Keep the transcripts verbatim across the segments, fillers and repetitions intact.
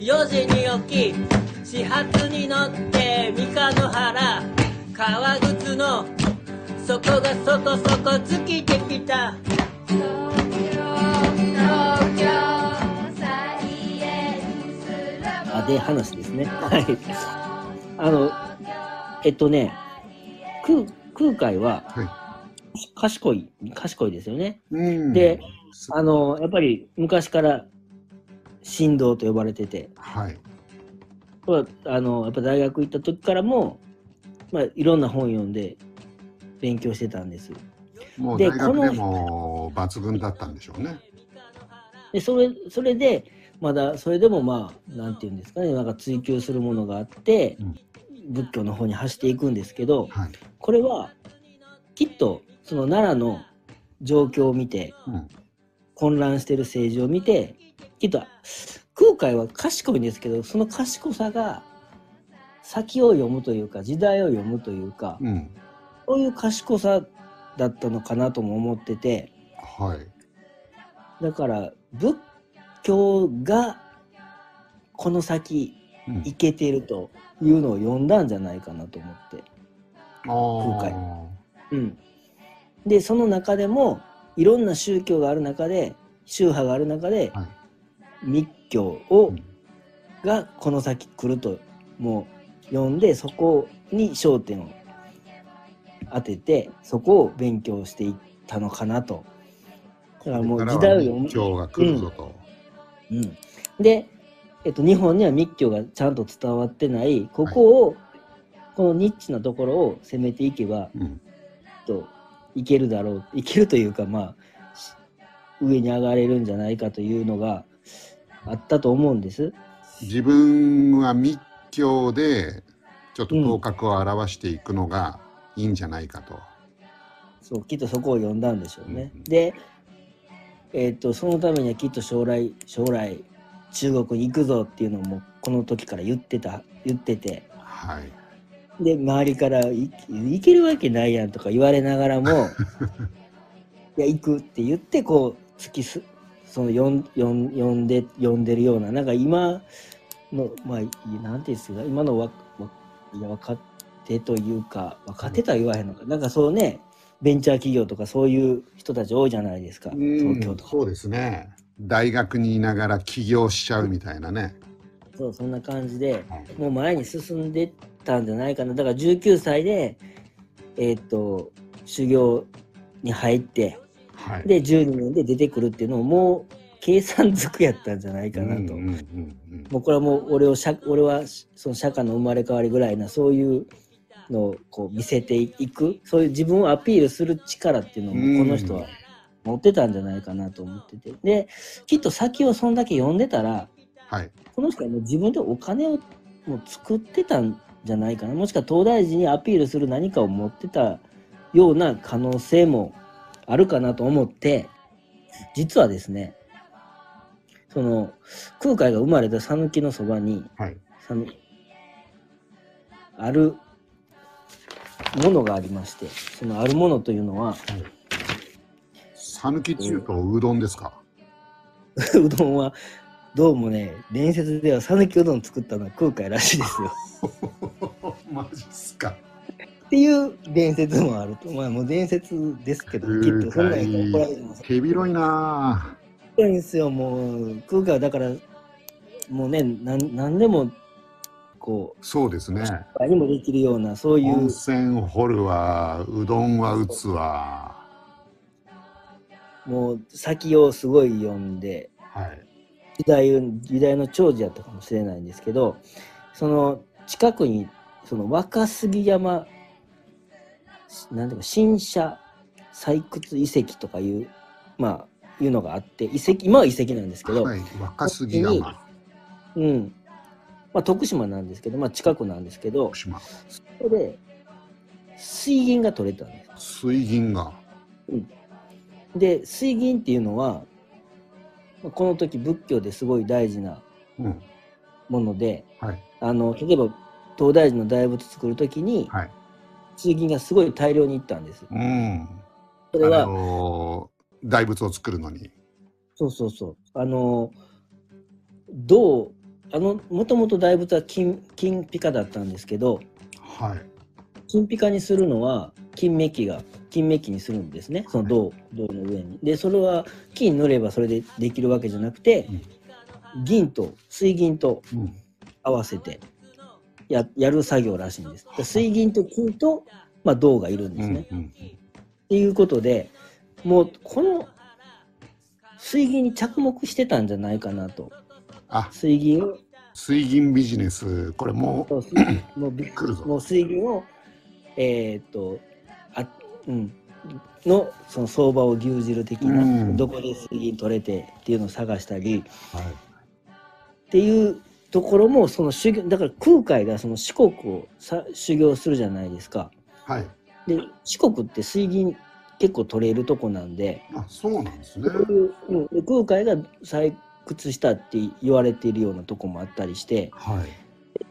よじに起き始発に乗って三日野原革靴の底がそこそこ尽きてきた東京東京あで話ですねはいあのえっとね空空海は、はい、賢い賢いですよね。であのやっぱり昔から神童と呼ばれてて、はい、あのやっぱ大学行った時からも、まあ、いろんな本読んで勉強してたんです。 もう大学でも抜群だったんでしょうね。 でそれそれでまだそれでもまあなんていうんですかね、なんか追求するものがあって、うん、仏教の方に走っていくんですけど、はい、これはきっとその奈良の状況を見て、うん、混乱してる政治を見てきっと空海は賢いんですけど、その賢さが先を読むというか時代を読むというか、うん、そういう賢さだったのかなとも思ってて、はい、だから仏教がこの先いけてるというのを読んだんじゃないかなと思って、うん、空海、うん、でその中でもいろんな宗教がある中で宗派がある中で、はい、密教を、うん、がこの先来るともう読んで、そこに焦点を当ててそこを勉強していったのかなと。だからもう時代を読む、 密教が来るぞと、 うんうん、で、えっと、日本には密教がちゃんと伝わってないここを、はい、このニッチなところを攻めていけば、うん、といけるだろう、いけるというか、まあ上に上がれるんじゃないかというのがあったと思うんです。 自分は密教でちょっと頭角を現していくのがいいんじゃないかと、うん、 そうきっとそこを読んだんでしょうね、うん、で、えー、とそのためにはきっと将来将来中国に行くぞっていうのもこの時から言ってた言ってて、はい、で周りからい行けるわけないやんとか言われながらもいや行くって言ってこう突きすその読ん読ん読んで読んでるような、なんか今のまあなんていうんですか、今のわわいや若手というか若手とは言わへんのか、うん、なんかそうね、ベンチャー企業とかそういう人たち多いじゃないですか、東京とか。 そうですね、大学にいながら起業しちゃうみたいなね。 そう、そんな感じで、はい、もう前に進んでたんじゃないかな。だからじゅうきゅうさいでえー、っと修行に入って、はい、でじゅうにねんで出てくるっていうのをもう計算づくやったんじゃないかなと。もうこれはもう俺を俺はその釈迦の生まれ変わりぐらいなそういうのをこう見せていく、そういう自分をアピールする力っていうのもこの人は持ってたんじゃないかなと思ってて、できっと先をそんだけ読んでたら、はい、この人はもう自分でお金をもう作ってたんじゃないかな、もしくは東大寺にアピールする何かを持ってたような可能性もあるかなと思って、実はですね、その空海が生まれた讃岐のそばに、はい、あるものがありまして、そのあるものというのは、 讃岐中とうどんですか？ うどんはどうもね、伝説では讃岐うどん作ったのは空海らしいですよ。 マジっすか？ っていう伝説もあると。まあもう伝説ですけど、きっとそんなに怒られてます。 手広いなぁ。 そうですよ、もう空海はだからもうね、なんなんでもこう、 そうですね。 にもできるようなそういう。 温泉掘るわ、うどんは打つわ。 もう先をすごい読んで、はい、時代時代の寵児やったかもしれないんですけど、その近くにその若杉山なんていうか新社採掘遺跡とかいうまあいうのがあって、遺跡今は遺跡なんですけど、 はい、若杉山、 うん、まあ徳島なんですけど、まあ近くなんですけど、そこで水銀が取れたんです。 水銀が、 うん、で水銀っていうのはこの時仏教ですごい大事なもので、うん、はい、あの例えば東大寺の大仏作る時に、はい、水銀がすごい大量にいったんです。うん、それは、あのー、大仏を作るのに。 そうそうそう。あの銅あのもともと大仏は 金, 金ピカだったんですけど、 はい、 金ピカにするのは金メッキが金メッキにするんですね、その銅、銅の上に。でそれは金塗ればそれでできるわけじゃなくて、うん、銀と水銀と合わせて や, やる作業らしいんです。で水銀と金と、まあ、銅がいるんですね、うんうん、っていうことでもうこの水銀に着目してたんじゃないかなと。 あ、 水銀を水銀ビジネス、これもうもう来るぞ。もう水銀をえー、っとあ、うん、のその相場を牛耳る的な、うん、どこで水銀取れてっていうのを探したり、はい、っていうところもその修行だから空海がその四国をさ修行するじゃないですか。 はい、 で四国って水銀結構取れるとこなんで、 あ、そうなんですね。 うん、で空海が採掘したって言われているようなとこもあったりして、はい、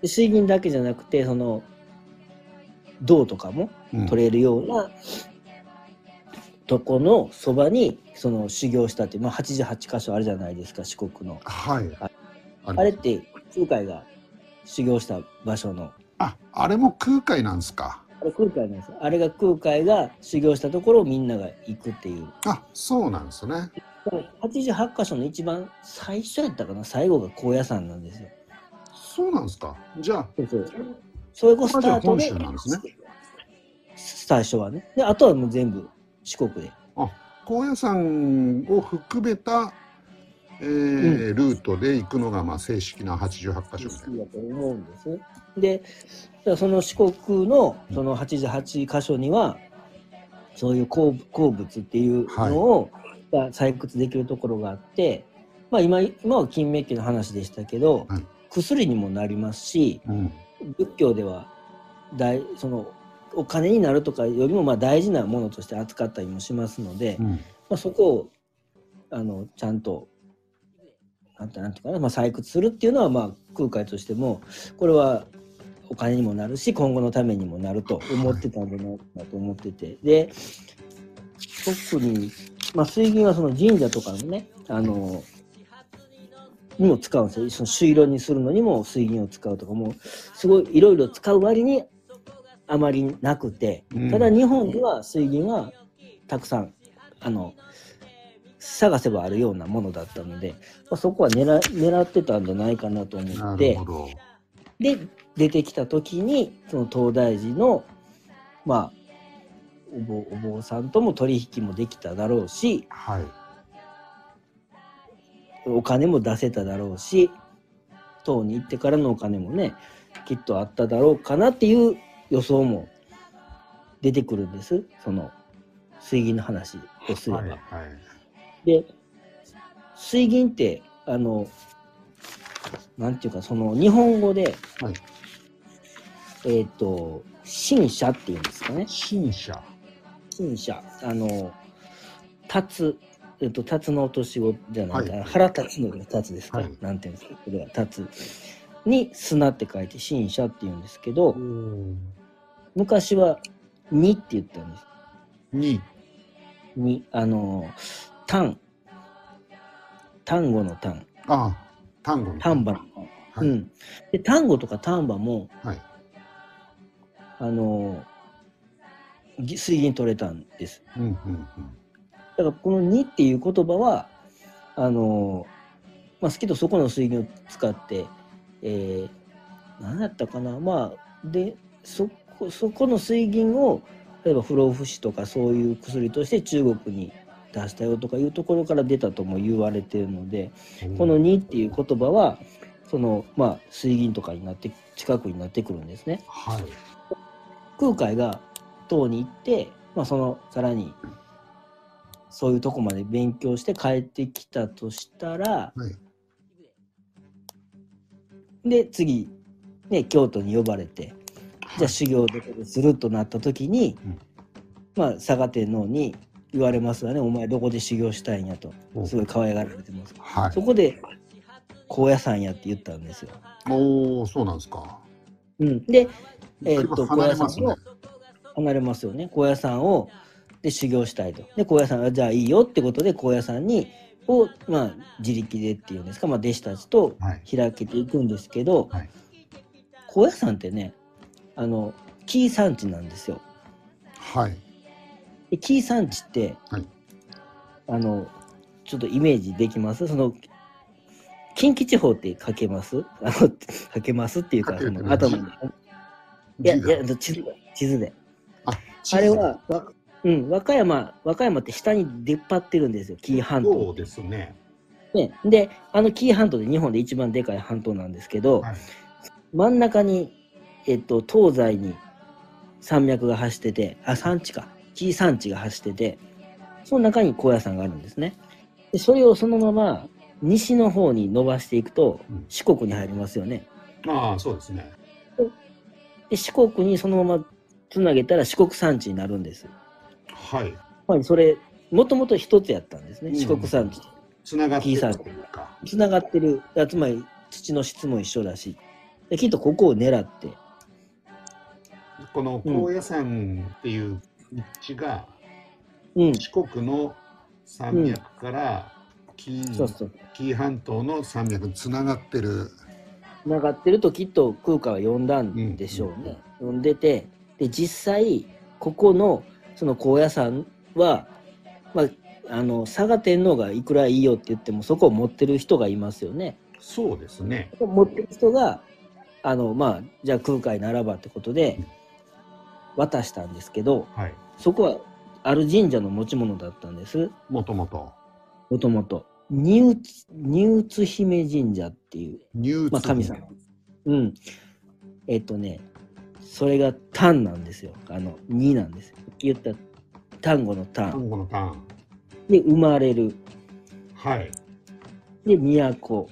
で水銀だけじゃなくてその銅とかも取れるような、うん、とこのそばにその修行したっていう、まあ、はちじゅうはちかしょあるじゃないですか、四国の。 はい、 あ, あれって空海が修行した場所の。 あ、あれも空海なんですか。 あれ空海なんです。あれが空海が修行したところをみんなが行くっていう。 あ、そうなんですね。 はちじゅうはちかしょの一番最初やったかな、最後が高野山なんですよ。 そうなんですか。じゃあそうそう、それこそスタートでなんですね。 最初はね。であとはもう全部四国で。 あ、高野山を含めた、えーうん、ルートで行くのがまあ正式なはちじゅうはちかしょみたいな。 だと思うんですね。でその四国のそのはちじゅうはちかしょにはそういう鉱物っていうのを、はい、採掘できるところがあって、まあ、今, 今は金メッキの話でしたけど、はい、薬にもなりますし、うん、仏教では大そのお金になるとかよりもまあ大事なものとして扱ったりもしますので、うんまあ、そこをあのちゃんとなんてなんていうかな、まあ、採掘するっていうのはまあ空海としてもこれはお金にもなるし今後のためにもなると思ってたんじゃないかなと思ってて、で特に、まあ、水銀はその神社とかのねあのにも使うんですよ。その朱色にするのにも水銀を使うとかもすごいいろいろ使う割にあまりなくて、ただ日本では水銀はたくさんあの探せばあるようなものだったので、まあ、そこは 狙, 狙ってたんじゃないかなと思って、で出てきた時にその東大寺のまあお 坊, お坊さんとも取引もできただろうし、はい、お金も出せただろうし、唐に行ってからのお金もねきっとあっただろうかなっていう予想も出てくるんです、その水銀の話をすれば。はいはい、で水銀ってあのなんていうかその日本語で、はい、えっ、ー、と神社っていうんですかね。 神社神社あの立つえっ、ー、と立つの落とし子じゃないかな、はい、腹立つの立つですか、はい、なんていうんですか、これは立つに砂って書いて神社っていうんですけど、昔はにって言ったんです。 ににあの単単語の単。 ああ、単語の単馬の単。はい、うん。で単語とか単馬も、はい、あの水銀取れたんです。うんうんうん、だからこのにっていう言葉はあのまあ好きとそこの水銀を使って、えー、何だったかな、まあでそこそこの水銀を例えば不老不死とかそういう薬として中国に出したよとかいうところから出たとも言われているので、うん、このにっていう言葉はそのまあ水銀とかになって近くになってくるんですね。はい、空海が唐に行って、まあ、そのさらにそういうとこまで勉強して帰ってきたとしたら、はい、で次、ね、京都に呼ばれて、はい、じゃあ修行どこでするとなった時に、うん、まあ嵯峨天皇に言われますわね、お前どこで修行したいんやと、すごい可愛がられてます、はい、そこで高野山やって言ったんですよ。 おー、そうなんですか。 うん、で、えー、っと高野山を離れますよね。高野山をで修行したいと。で高野山はじゃあいいよってことで高野山に、 を、まあ、自力でっていうんですか、まあ、弟子たちと開けていくんですけど、はいはい、高野山ってね、あの紀伊山地なんですよ。 はい。 で紀伊山地って、はい、あのちょっとイメージできます？その近畿地方って書けます？あの書けますっていうか、その頭に。いやいや、地図で。地図で。あ、あれは、うん、和歌山、和歌山って下に出っ張ってるんですよ、紀伊半島。 そうですね。 ね、で、あの紀伊半島で日本で一番でかい半島なんですけど、はい、真ん中に、えっと、東西に山脈が走ってて、あ、山地か、紀伊山地が走ってて、その中に高野山があるんですね。で、それをそのまま西の方に伸ばしていくと、うん、四国に入りますよね。 ああ、そうですね。 で、四国にそのままつなげたら四国山地になるんです。 はい。 まあ、それ、もともと一つやったんですね、うん、四国山地。 つながってるか。つながってる。つまり土の質も一緒だし。できっとここを狙って。 この高野山っていう道が、うん、四国の山脈から紀伊半島の山脈につながってる。 つながってるときっと空海は呼んだんでしょうね。うんうん、呼んでて、で実際ここのその高野山は、まあ、あの嵯峨天皇がいくらいいよって言ってもそこを持ってる人がいますよね。 そうですね。 持ってる人があのまあじゃあ空海ならばってことで渡したんですけど、はい、そこはある神社の持ち物だったんです。 もともと。 もともと。丹生姫神社っていう、まあ、神様。うん。えっとね、それが丹なんですよ。あのになんですよ。言った丹後の丹。 丹後の丹。 で生まれる。 はい。 で都。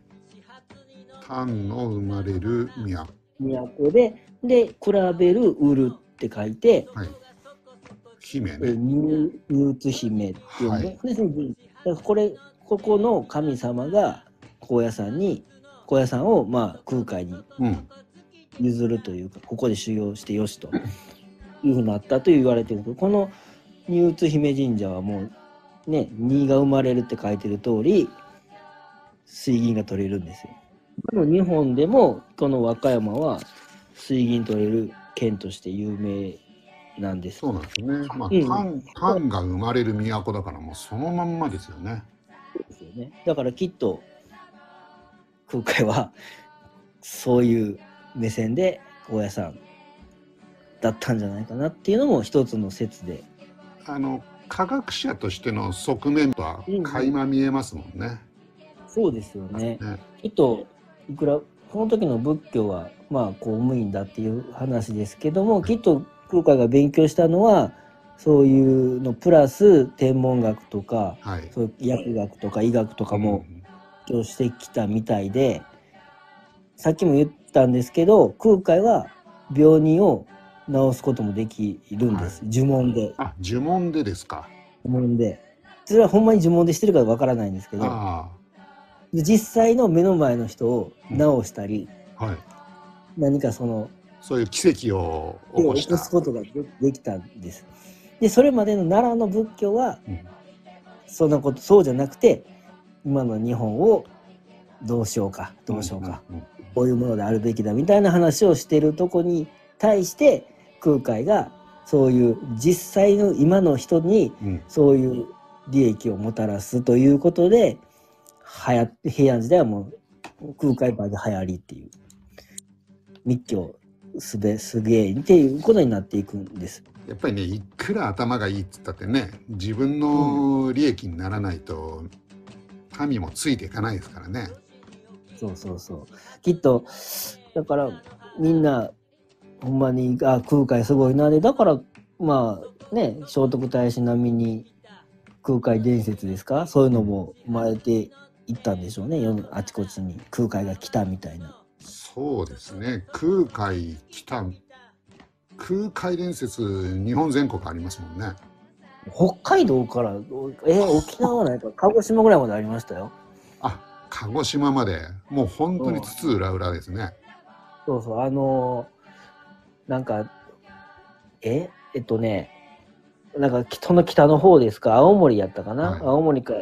丹の生まれる都。 都でで比べる売るって書いて。はい。 姫ね。 丹生姫っていうね。はい、これここの神様が高野山に高野山をまあ空海に譲るというか、うん、ここで修行してよしというふうになったと言われてるんですけど、この丹生姫神社はもうね、荷が生まれるって書いてる通り水銀が取れるんですよ。日本でもこの和歌山は水銀取れる県として有名なんです。 そうなんですよね。まあ、うん、丹、丹が生まれる都だからもうそのまんまですよね。 そうですよね。だからきっと空海はそういう目線で高野山だったんじゃないかなっていうのも一つの説で。 あの科学者としての側面とは垣間見えますもんね。 うん、そうですよね。ね、きっといくらこの時の仏教はまあ公務員だっていう話ですけども、はい、きっと空海が勉強したのはそういうのプラス天文学とか、はい、そういう薬学とか医学とかも勉強してきたみたいで、うん、さっきも言ったんですけど空海は病人を治すこともできるんです、はい、呪文で。 あ、呪文でですか。 呪文で。それはほんまに呪文でしてるかわからないんですけど、あ実際の目の前の人を治したり、うん、はい、何かそのそういう奇跡を起こした。 起こすことが で, できたんです。でそれまでの奈良の仏教は、うん、そんなことそうじゃなくて今の日本をどうしようかどうしようか、うんうんうん、こういうものであるべきだみたいな話をしているとこに対して空海がそういう実際の今の人にそういう利益をもたらすということで、はや平安時代はもう空海バーで流行りっていう密教すべすげえっていうことになっていくんです。 やっぱりね、いくら頭がいいっつったってね、自分の利益にならないと神もついていかないですからね。 そうそうそう。きっとだからみんなほんまにあ空海すごいなで、だからまあね聖徳太子並みに空海伝説ですか、そういうのも生まれていったんでしょうね。世のあちこちに空海が来たみたいな。 そうですね。空海来た空海伝説日本全国ありますもんね。 北海道からえー、沖縄はないか鹿児島ぐらいまでありましたよ。 あ、鹿児島までもう本当に津々浦々ですね。 そうそう、あのー、なんかええっとねなんかその北の方ですか、青森やったかな、はい、青森から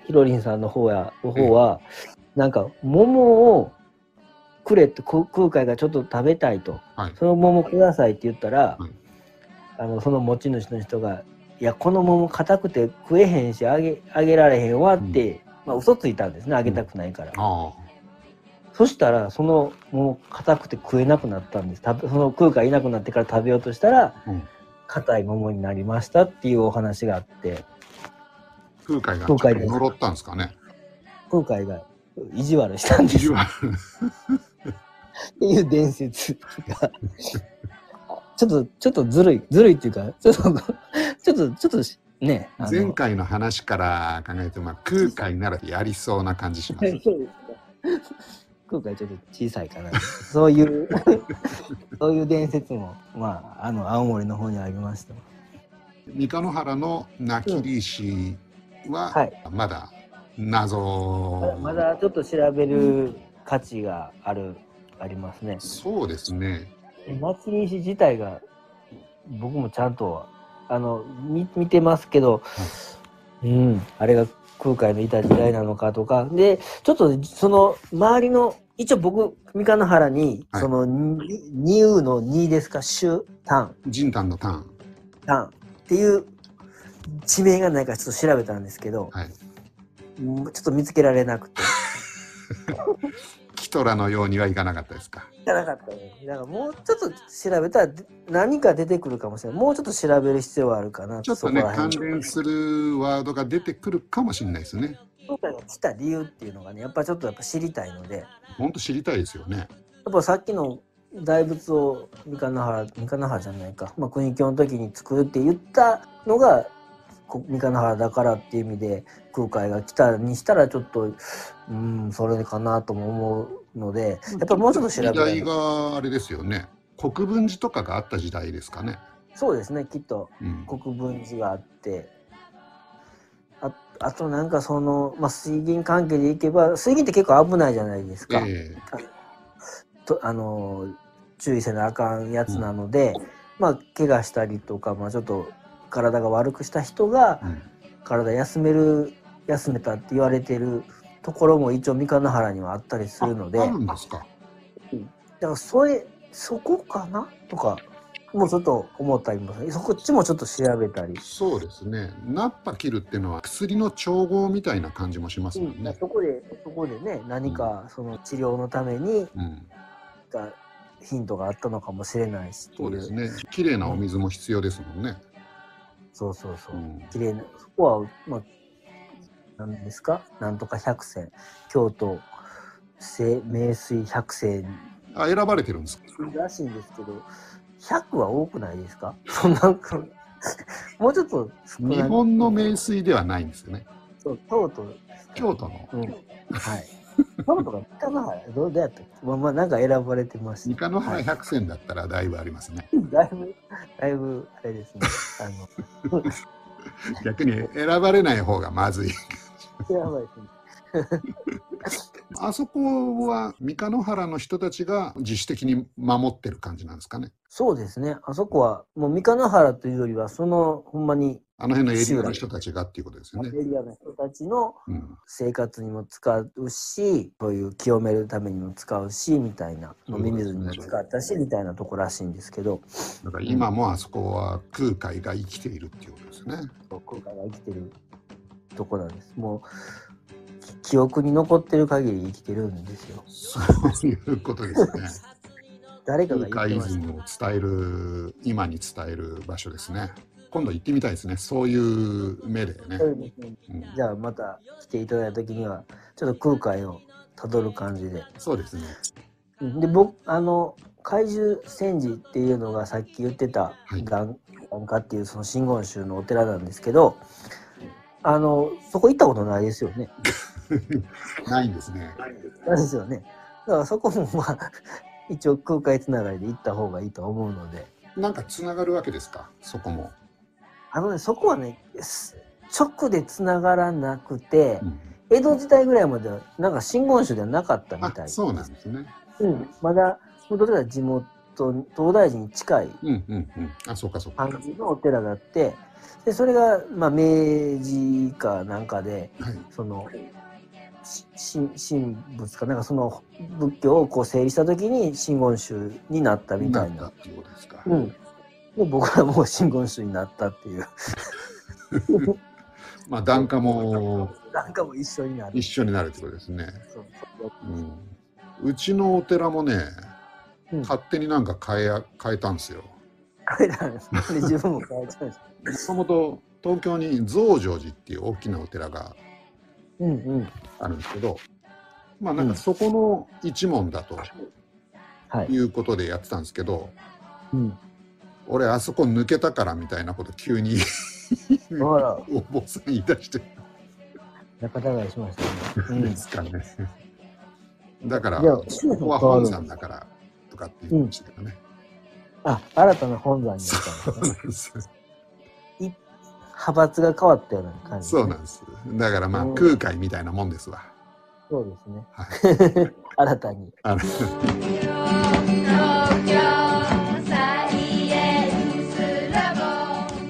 ひろりんさんの方やの方は、えー、なんか桃をくれって空海がちょっと食べたいと、はい、その桃くださいって言ったら、はい、あのその持ち主の人がいやこの桃硬くて食えへんしあげあげられへんわって、うん、まあ嘘ついたんですね、あげたくないから、うん、あそしたらその桃硬くて食えなくなったんです。その空海いなくなってから食べようとしたら硬、うん、い桃になりましたっていうお話があって、 空海がちょっと呪ったんですかね。 空海が意地悪したんですっていう伝説がちょっとちょっとずるいずるいっていうかちょっとちょっとちょっとね前回の話から考えても空海ならやりそうな感じします。 そうですか。空海ちょっと小さいかなそういうそういう伝説もまああの青森の方にありました。 三日野原の鳴き石は、うん、まだ謎、 まだちょっと調べる価値がある、ありますね。 そうですね。 鳴き石自体が僕もちゃんとあの 見, 見てますけど、はい、うん、あれが空海のいた時代なのかとかでちょっとその周りの一応僕三日野原に、はい、その二羽の二ですか朱丹仁丹の丹丹っていう地名がないかちょっと調べたんですけど、はい、ちょっと見つけられなくてキトラのようにはいかなかったですか。 いかなかったね。だからもうちょっと調べたら何か出てくるかもしれない。もうちょっと調べる必要はあるかな。 ちょっとね関連するワードが出てくるかもしれないですね。 今回が来た理由っていうのがねやっぱちょっとやっぱ知りたいので。 本当知りたいですよね。 やっぱさっきの大仏を三日野原三日野原じゃないか、まあ、国境の時に作るって言ったのが三日野原だからっていう意味で空海が来たにしたらちょっとうんそれかなとも思うのでやっぱりもうちょっと調べ時代があれですよね。国分寺とかがあった時代ですかね。 そうですねきっと国分寺があって、うん、あ, あとなんかその、まあ、水銀関係でいけば水銀って結構危ないじゃないですか、えー、とあの注意せなあかんやつなので、うん、まあ怪我したりとか、まあ、ちょっと体が悪くした人が体休める休めたって言われてるところも一応三日野原にはあったりするので、 あ、あるんですか。 だからそれそこかなとかもうちょっと思ったりもそこっちもちょっと調べたり。 そうですね。ナッパ切るっていうのは薬の調合みたいな感じもしますもんね。 うん、そこでそこでね何かその治療のために、うん、ヒントがあったのかもしれないし。 そうですね。綺麗なお水も必要ですもんね。うん、 そうそうそう。うん、綺麗なそこはまあ何ですかなんとか百選京都名水百選あ選ばれてるんですからしいんですけどひゃくは多くないですか。そんなもうちょっと少ない。日本の名水ではないんですよね。 そう京都京都の、 うん、はい京都が三日野原どうやったっけ、まあ、まあなんか選ばれてました。 三日野原百選だったらだいぶありますね。 だいぶだいぶあれですね。あの逆に選ばれない方がまずい。 やばいですね。 あそこは三日野原の人たちが自主的に守ってる感じなんですかね。 そうですね。あそこはもう三日野原というよりはそのほんまにあの辺のエリアの人たちがっていうことですよね。 エリアの人たちの生活にも使うし、そういう清めるためにも使うしみたいな、飲み水にも使ったしみたいなとこらしいんですけど。 だから今もあそこは空海が生きているっていうことですね。 そう空海が生きてるとこなんです。もう記憶に残ってる限り生きてるんですよ。 そういうことですね。 誰かが空海イズムを伝える今に伝える場所ですね。今度行ってみたいですね。そういう目でね。 そうですね。うん、じゃあまた来ていただいた時にはちょっと空海をたどる感じで。 そうですね。 で僕あの海獣禅師っていうのがさっき言ってた眼科っていうその真言宗のお寺なんですけど、あのそこ行ったことないですよね。 ないんですね。 ないですよね。だからそこもまあ一応空海つながりで行った方がいいと思うので。 なんかつながるわけですか、そこも。 あのねそこはね直でつながらなくて、うん、江戸時代ぐらいまではなんか真言宗ではなかったみたいです。 そうなんですね。 うん、まだどちらか地元と東大寺に近い感じのお寺があって、でそれが、まあ、明治かなんかで、はい、その神仏かなんかその仏教をこう整理した時に真言宗になったみたいな。なったそうですか。うん。で僕はもう真言宗になったっていう。 まあ檀家も檀家も一緒になる。 一緒になるってことですね。そううん、うちのお寺もね、うん、勝手になんか変え変えたんですよ。 変えたんです。で自分も変えちゃうんです。 もともと東京に増上寺っていう大きなお寺があるんですけど、うんうん、まあなんかそこの一門だということでやってたんですけど、うん、俺あそこ抜けたからみたいなこと急にお坊さん言い出して仲違いしましたね。ですかね。だからここは本山だからとかって言いましたけどね。 うん、あ、新たな本山になったんですね。派閥が変わったような感じ、 ね、そうなんです。だからまあ、うん、空海みたいなもんですわ。 そうですね。はい、新たに。